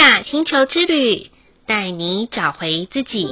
雅星球之旅，带你找回自己。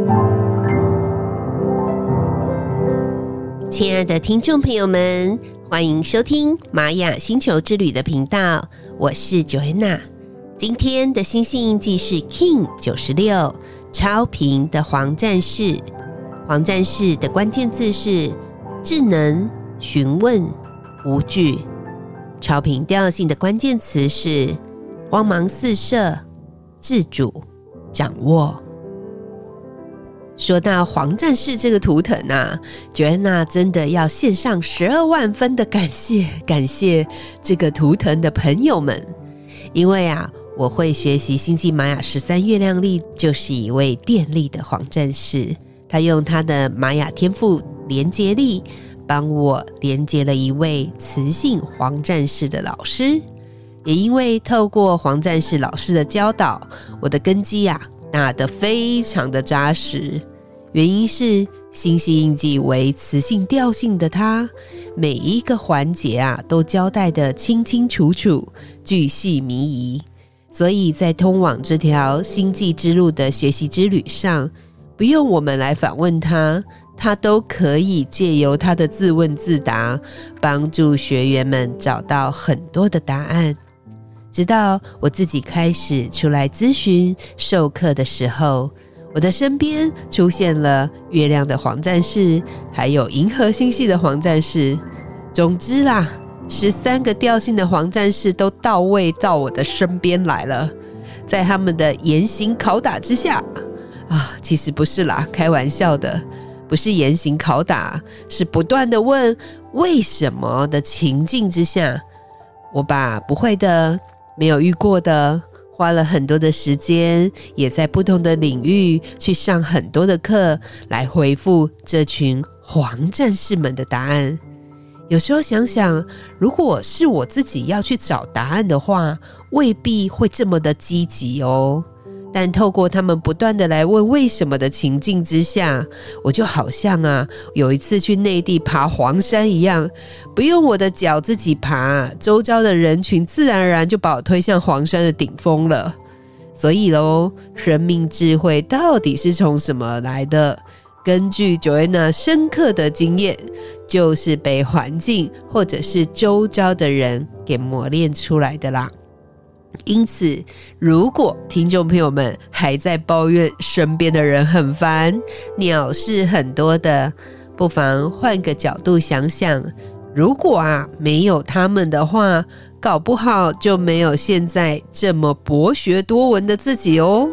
亲爱的听众朋友们，欢迎收听玛雅星球之旅的频道，我是 Joanna。 今天的星系印记是 King 96超频的黄战士。黄战士的关键字是智能、询问、无惧。超频调性的关键词是光芒四射、自主、掌握。说到黄战士这个图腾啊，Joanna真的要献上12万分的感谢这个图腾的朋友们。因为啊，我会学习星际玛雅13月亮历，就是一位电力的黄战士，他用他的玛雅天赋连结力帮我连结了一位磁性黄战士的老师。也因为透过黄战士老师的教导，我的根基啊打得非常的扎实。原因是星系印记为磁性调性的他，每一个环节啊都交代得清清楚楚，巨细靡遗。所以在通往这条星际之路的学习之旅上，不用我们来反问他，他都可以借由他的自问自答，帮助学员们找到很多的答案。直到我自己开始出来咨询授课的时候，我的身边出现了月亮的黄战士，还有银河星系的黄战士。总之啦，13个调性的黄战士都到位到我的身边来了。在他们的严刑拷打之下其实不是啦，开玩笑的，不是严刑拷打，是不断的问为什么的情境之下，我把不会的、没有遇过的，花了很多的时间，也在不同的领域去上很多的课，来回复这群黄战士们的答案。有时候想想，如果是我自己要去找答案的话，未必会这么的积极哦。但透过他们不断的来问为什么的情境之下，我就好像有一次去内地爬黄山一样，不用我的脚自己爬，周遭的人群自然而然就把我推向黄山的顶峰了。所以咯，生命智慧到底是从什么来的？根据 Joanna 深刻的经验，就是被环境或者是周遭的人给磨练出来的啦。因此，如果听众朋友们还在抱怨身边的人很烦，鸟事很多的，不妨换个角度想想，如果没有他们的话，搞不好就没有现在这么博学多闻的自己哦。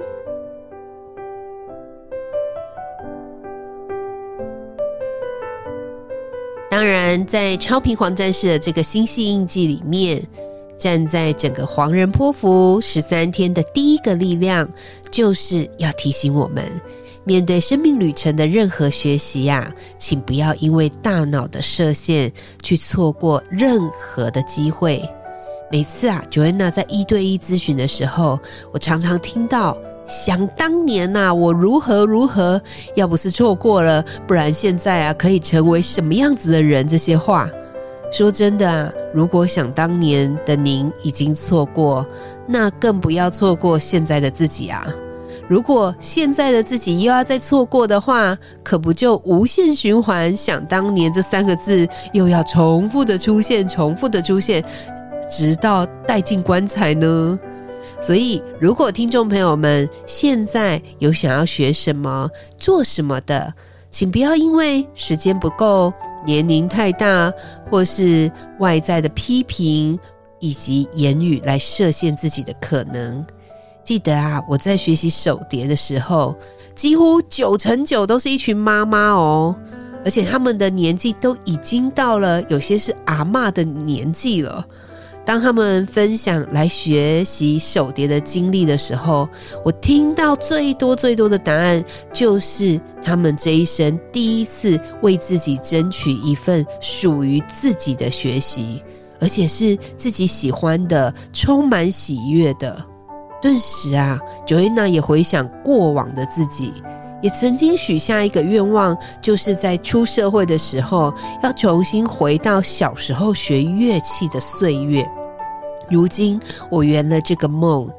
当然，在超频黄战士的这个星系印记里面，站在整个黄人波符13天的第一个力量，就是要提醒我们，面对生命旅程的任何学习请不要因为大脑的设限去错过任何的机会。每次Joanna 在1对1咨询的时候，我常常听到想当年我如何，要不是错过了，不然现在可以成为什么样子的人，这些话。说真的如果想当年的您已经错过，那更不要错过现在的自己如果现在的自己又要再错过的话，可不就无限循环想当年这3个字又要重复的出现，直到带进棺材呢？所以如果听众朋友们现在有想要学什么做什么的，请不要因为时间不够、年龄太大，或是外在的批评以及言语来设限自己的可能。记得我在学习手碟的时候，几乎9成9都是一群妈妈哦，而且他们的年纪都已经到了有些是阿嬷的年纪了。当他们分享来学习手碟的经历的时候，我听到最多的答案就是他们这一生第一次为自己争取一份属于自己的学习，而且是自己喜欢的、充满喜悦的。顿时Joanna 也回想过往的自己，也曾经许下一个愿望，就是在出社会的时候要重新回到小时候学乐器的岁月。如今我圆了这个梦，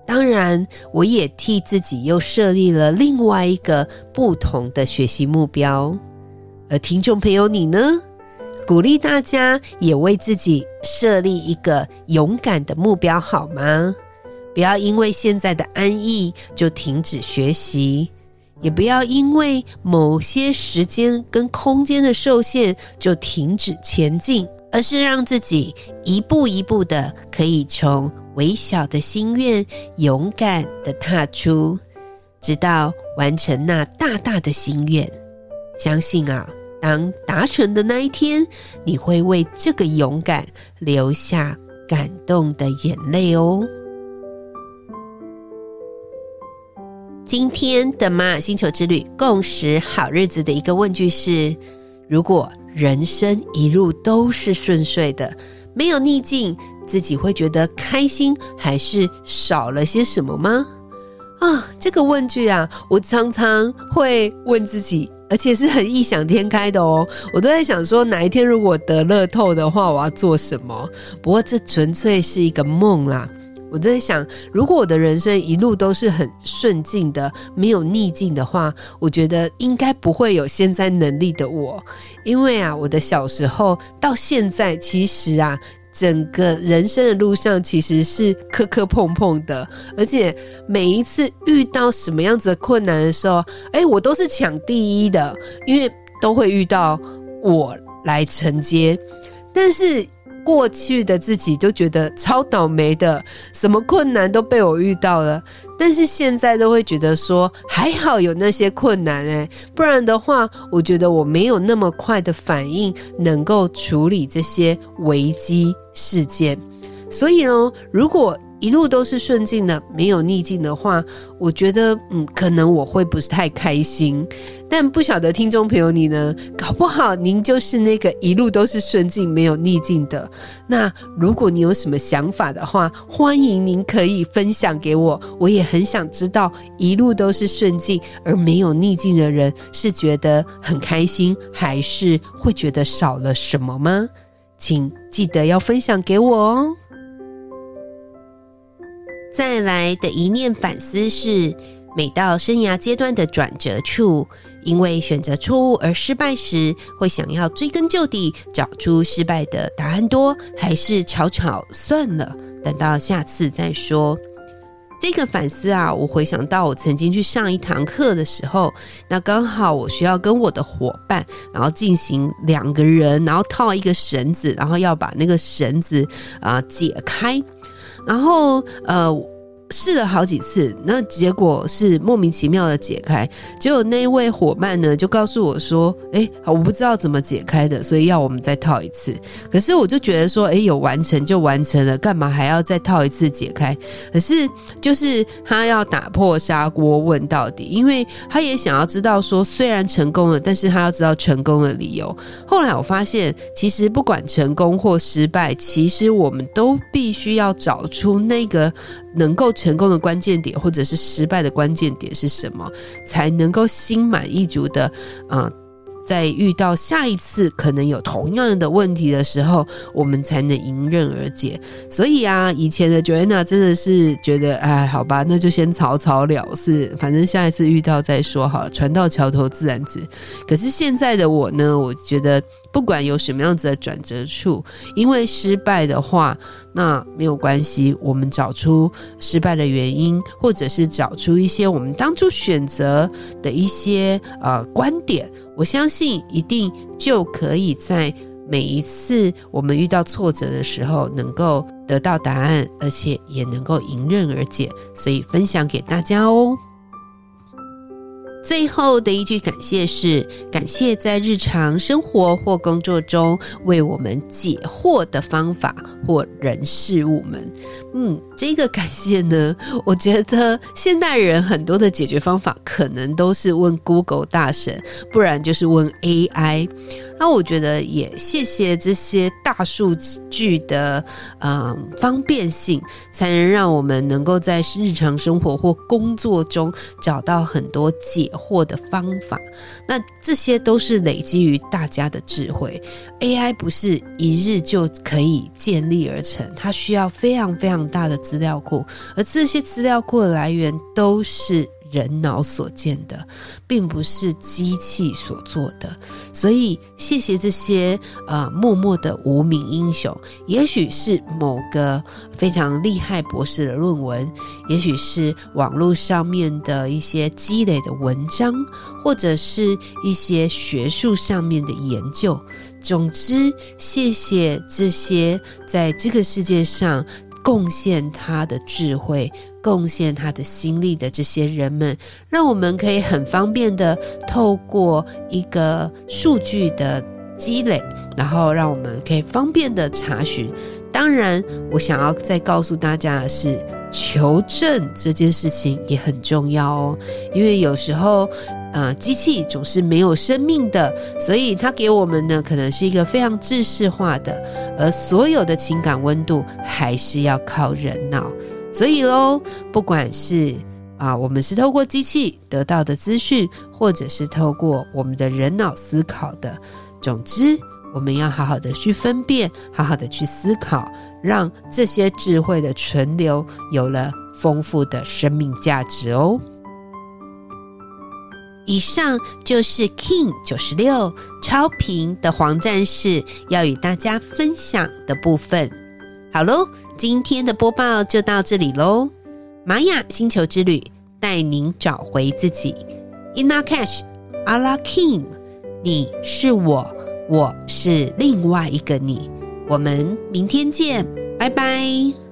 当然，我也替自己又设立了另外一个不同的学习目标。而听众朋友你呢？鼓励大家也为自己设立一个勇敢的目标好吗？不要因为现在的安逸就停止学习，也不要因为某些时间跟空间的受限就停止前进，而是让自己一步一步的可以从微小的心愿勇敢的踏出，直到完成那大大的心愿。相信啊，当达成的那一天，你会为这个勇敢流下感动的眼泪哦。今天的玛雅星球之旅共识好日子的一个问句是：如果人生一路都是顺遂的，没有逆境，自己会觉得开心还是少了些什么吗？这个问句啊，我常常会问自己，而且是很异想天开的哦。我都在想说，哪一天如果得乐透的话，我要做什么？不过这纯粹是一个梦啦。我在想，如果我的人生一路都是很顺境的，没有逆境的话，我觉得应该不会有现在能力的我。因为啊，我的小时候到现在，其实啊，整个人生的路上其实是磕磕碰碰的，而且每一次遇到什么样子的困难的时候，我都是抢第一的，因为都会遇到我来承接。但是过去的自己就觉得超倒霉的，什么困难都被我遇到了，但是现在都会觉得说还好有那些困难不然的话我觉得我没有那么快的反应能够处理这些危机事件。所以呢，如果一路都是顺境的，没有逆境的话，我觉得可能我会不是太开心。但不晓得听众朋友你呢，搞不好您就是那个一路都是顺境没有逆境的。那如果你有什么想法的话，欢迎您可以分享给我，我也很想知道一路都是顺境而没有逆境的人是觉得很开心，还是会觉得少了什么吗？请记得要分享给我哦。再来的一念反思是，每到生涯阶段的转折处，因为选择错误而失败时，会想要追根究底，找出失败的答案多，还是草草算了，等到下次再说。这个反思啊，我回想到我曾经去上一堂课的时候，那刚好我需要跟我的伙伴，然后进行2个人，然后套一个绳子，然后要把那个绳子解开。然后试了好几次，那结果是莫名其妙的解开。结果那位伙伴呢就告诉我说我不知道怎么解开的，所以要我们再套一次。可是我就觉得说有完成就完成了，干嘛还要再套一次解开？可是就是他要打破砂锅问到底，因为他也想要知道说虽然成功了，但是他要知道成功的理由。后来我发现其实不管成功或失败，其实我们都必须要找出那个能够成功的关键点，或者是失败的关键点是什么，才能够心满意足的在遇到下一次可能有同样的问题的时候，我们才能迎刃而解。所以啊，以前的 Joanna 真的是觉得好吧，那就先草草了事，反正下一次遇到再说好了，船到桥头自然直。可是现在的我呢，我觉得不管有什么样子的转折处，因为失败的话那没有关系，我们找出失败的原因，或者是找出一些我们当初选择的一些观点，我相信一定就可以在每一次我们遇到挫折的时候能够得到答案，而且也能够迎刃而解。所以分享给大家哦。最后的一句感谢是，感谢在日常生活或工作中为我们解惑的方法或人事物们。这个感谢呢，我觉得现代人很多的解决方法可能都是问 Google 大神，不然就是问 AI。那我觉得也谢谢这些大数据的方便性，才能让我们能够在日常生活或工作中找到很多解惑的方法。那这些都是累积于大家的智慧， AI 不是一日就可以建立而成，它需要非常非常大的资料库，而这些资料库的来源都是人脑所建的，并不是机器所做的。所以谢谢这些默默的无名英雄，也许是某个非常厉害博士的论文，也许是网络上面的一些积累的文章，或者是一些学术上面的研究。总之，谢谢这些在这个世界上贡献他的智慧，贡献他的心力的这些人们，让我们可以很方便的透过一个数据的积累，然后让我们可以方便的查询。当然，我想要再告诉大家的是，求证这件事情也很重要哦，因为有时候机器总是没有生命的，所以它给我们呢可能是一个非常制式化的，而所有的情感温度还是要靠人脑。所以咯，不管是我们是透过机器得到的资讯，或者是透过我们的人脑思考的，总之我们要好好的去分辨，好好的去思考，让这些智慧的存留有了丰富的生命价值哦。以上就是 King 96超频的黄战士要与大家分享的部分。好咯，今天的播报就到这里咯。玛雅星球之旅带您找回自己。 Inna Cash Allah King， 你是我，我是另外一个你。我们明天见，拜拜。